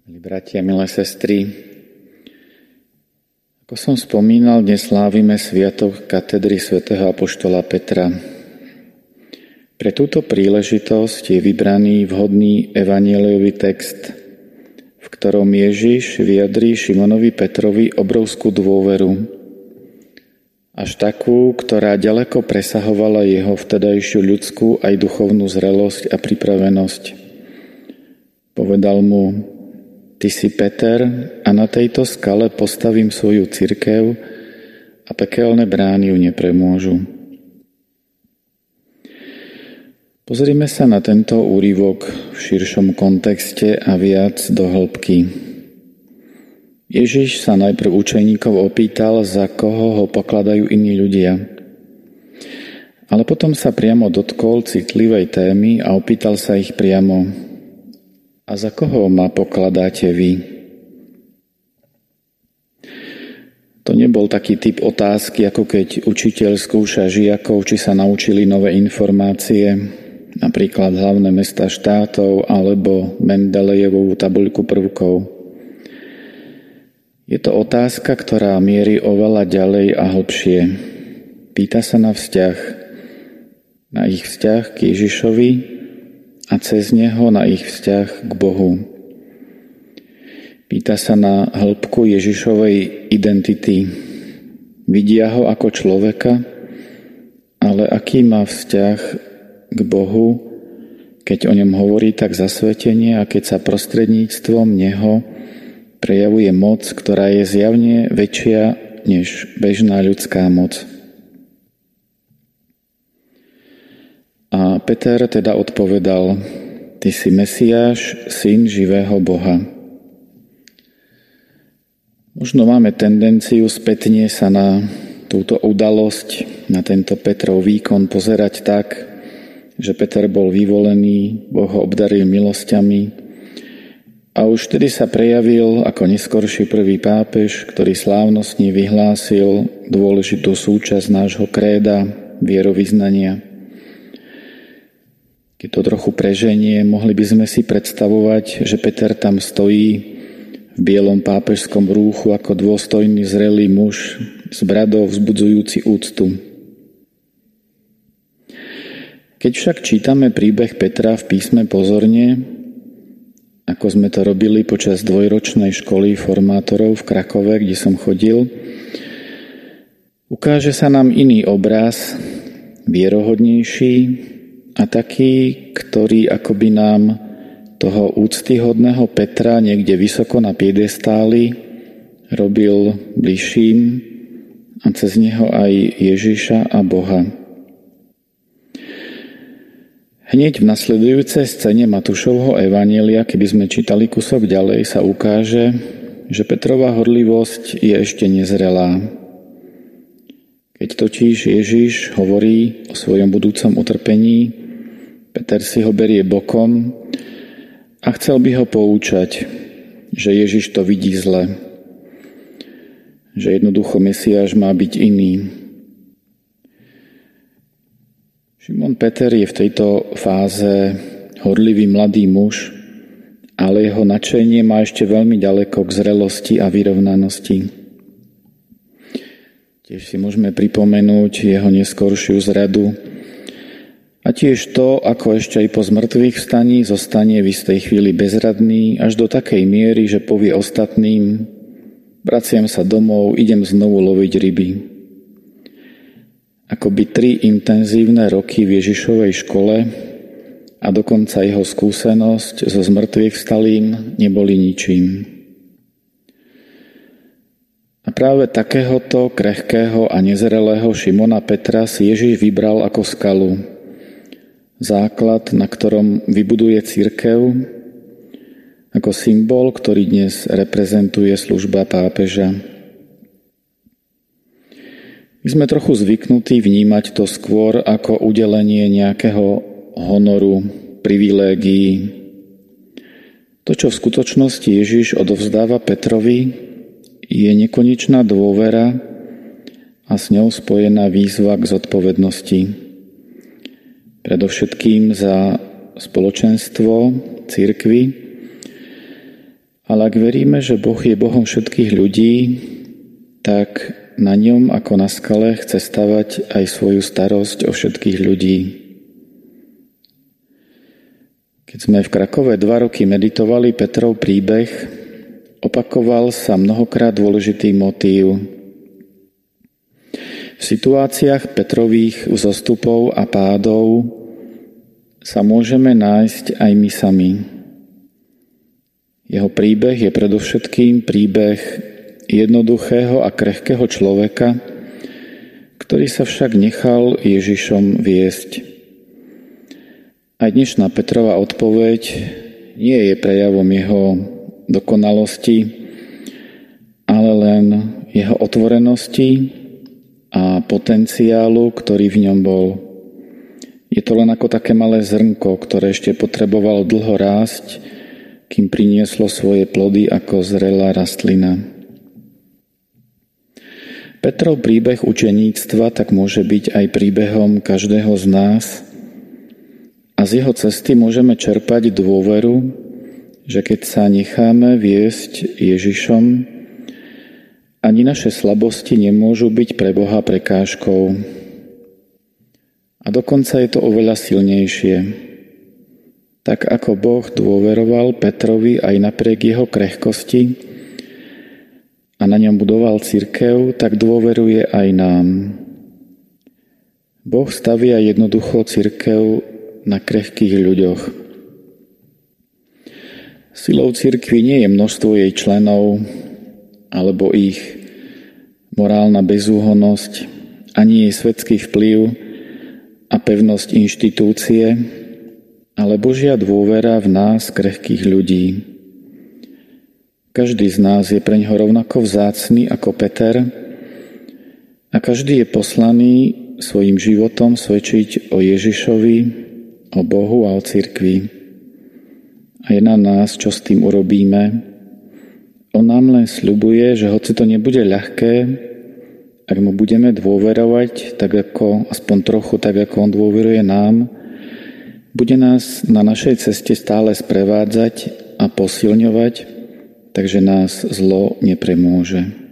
Milí bratia, milé sestry, ako som spomínal, dnes slávime sviatok katedry svätého apoštola Petra. Pre túto príležitosť je vybraný vhodný evanjeliový text, v ktorom Ježiš vyjadrí Šimonovi Petrovi obrovskú dôveru, až takú, ktorá ďaleko presahovala jeho vtedajšiu ľudskú aj duchovnú zrelosť a pripravenosť. Povedal mu: Ty si Peter a na tejto skale postavím svoju cirkev a pekelné brány ju nepremôžu. Pozrime sa na tento úryvok v širšom kontexte a viac do hĺbky. Ježiš sa najprv učeníkov opýtal, za koho ho pokladajú iní ľudia. Ale potom sa priamo dotkol citlivej témy a opýtal sa ich priamo: A za koho ma pokladáte vy? To nebol taký typ otázky, ako keď učiteľ skúša žiakov, či sa naučili nové informácie, napríklad hlavné mestá štátov alebo Mendelejevovú tabuľku prvkov. Je to otázka, ktorá mierí oveľa ďalej a hlbšie. Pýta sa na vzťah, na ich vzťah k Ježišovi a cez neho na ich vzťah k Bohu. Pýta sa na hĺbku Ježišovej identity. Vidia ho ako človeka, ale aký má vzťah k Bohu, keď o ňom hovorí tak zasvetene a keď sa prostredníctvom neho prejavuje moc, ktorá je zjavne väčšia než bežná ľudská moc. A Peter teda odpovedal: Ty si Mesiáš, syn živého Boha. Možno máme tendenciu spätne sa na túto udalosť, na tento Petrov výkon pozerať tak, že Peter bol vyvolený, Boh ho obdaril milosťami a už vtedy sa prejavil ako neskorší prvý pápež, ktorý slávnostne vyhlásil dôležitú súčasť nášho kréda, vierovyznania. Keď to trochu preženie, mohli by sme si predstavovať, že Peter tam stojí v bielom pápežskom rúchu ako dôstojný zrelý muž s bradou vzbudzujúci úctu. Keď však čítame príbeh Petra v písme pozorne, ako sme to robili počas dvojročnej školy formátorov v Krakove, kde som chodil, ukáže sa nám iný obraz, vierohodnejší, a taký, ktorý akoby nám toho úctyhodného Petra niekde vysoko na piedestáli robil bližším a cez neho aj Ježiša a Boha. Hneď v nasledujúcej scéne Matúšovho evanjelia, keby sme čítali kúsok ďalej, sa ukáže, že Petrova horlivosť je ešte nezrelá. Keď totiž Ježiš hovorí o svojom budúcom utrpení, Peter si ho berie bokom a chcel by ho poučať, že Ježiš to vidí zle, že jednoducho Mesiáš má byť iný. Šimon Peter je v tejto fáze horlivý mladý muž, ale jeho nadšenie má ešte veľmi ďaleko k zrelosti a vyrovnanosti. Tiež si môžeme pripomenúť jeho neskoršiu zradu a tiež to, ako ešte aj po zmrtvých vstaní zostane v istej chvíli bezradný až do takej miery, že povie ostatným: Vraciam sa domov, idem znovu loviť ryby. Akoby 3 intenzívne roky v Ježišovej škole a dokonca jeho skúsenosť so zmrtvých vstalým neboli ničím. A práve takéhoto krehkého a nezrelého Šimona Petra si Ježiš vybral ako skalu, základ, na ktorom vybuduje cirkev, ako symbol, ktorý dnes reprezentuje služba pápeža. My sme trochu zvyknutí vnímať to skôr ako udelenie nejakého honoru, privilégií. To, čo v skutočnosti Ježiš odovzdáva Petrovi, je nekonečná dôvera a s ňou spojená výzva k zodpovednosti. Predovšetkým za spoločenstvo, cirkvi Ale ak veríme, že Boh je Bohom všetkých ľudí, tak na ňom ako na skale chce stavať aj svoju starosť o všetkých ľudí. Keď sme v Krakove 2 roky meditovali Petrov príbeh, opakoval sa mnohokrát dôležitý motív. V situáciách Petrových vzostupov a pádov sa môžeme nájsť aj my sami. Jeho príbeh je predovšetkým príbeh jednoduchého a krehkého človeka, ktorý sa však nechal Ježišom viesť. Aj dnešná Petrova odpoveď nie je prejavom jeho dokonalosti, ale len jeho otvorenosti a potenciálu, ktorý v ňom bol. Je to len ako také malé zrnko, ktoré ešte potrebovalo dlho rásť, kým prinieslo svoje plody ako zrelá rastlina. Petrov príbeh učeníctva tak môže byť aj príbehom každého z nás a z jeho cesty môžeme čerpať dôveru, že keď sa necháme viesť Ježišom, ani naše slabosti nemôžu byť pre Boha prekážkou. A dokonca je to oveľa silnejšie. Tak ako Boh dôveroval Petrovi aj napriek jeho krehkosti a na ňom budoval cirkev, tak dôveruje aj nám. Boh stavia jednoducho cirkev na krehkých ľuďoch. Silou cirkvi nie je množstvo jej členov alebo ich morálna bezúhonnosť, ani jej svetský vplyv a pevnosť inštitúcie, ale Božia dôvera v nás, krehkých ľudí. Každý z nás je preňho rovnako vzácny ako Peter a každý je poslaný svojim životom svedčiť o Ježišovi, o Bohu a o cirkvi. A je na nás, čo s tým urobíme. On nám len sľubuje, že hoci to nebude ľahké, ak mu budeme dôverovať, tak ako, aspoň trochu tak, ako on dôveruje nám, bude nás na našej ceste stále sprevádzať a posilňovať, takže nás zlo nepremôže.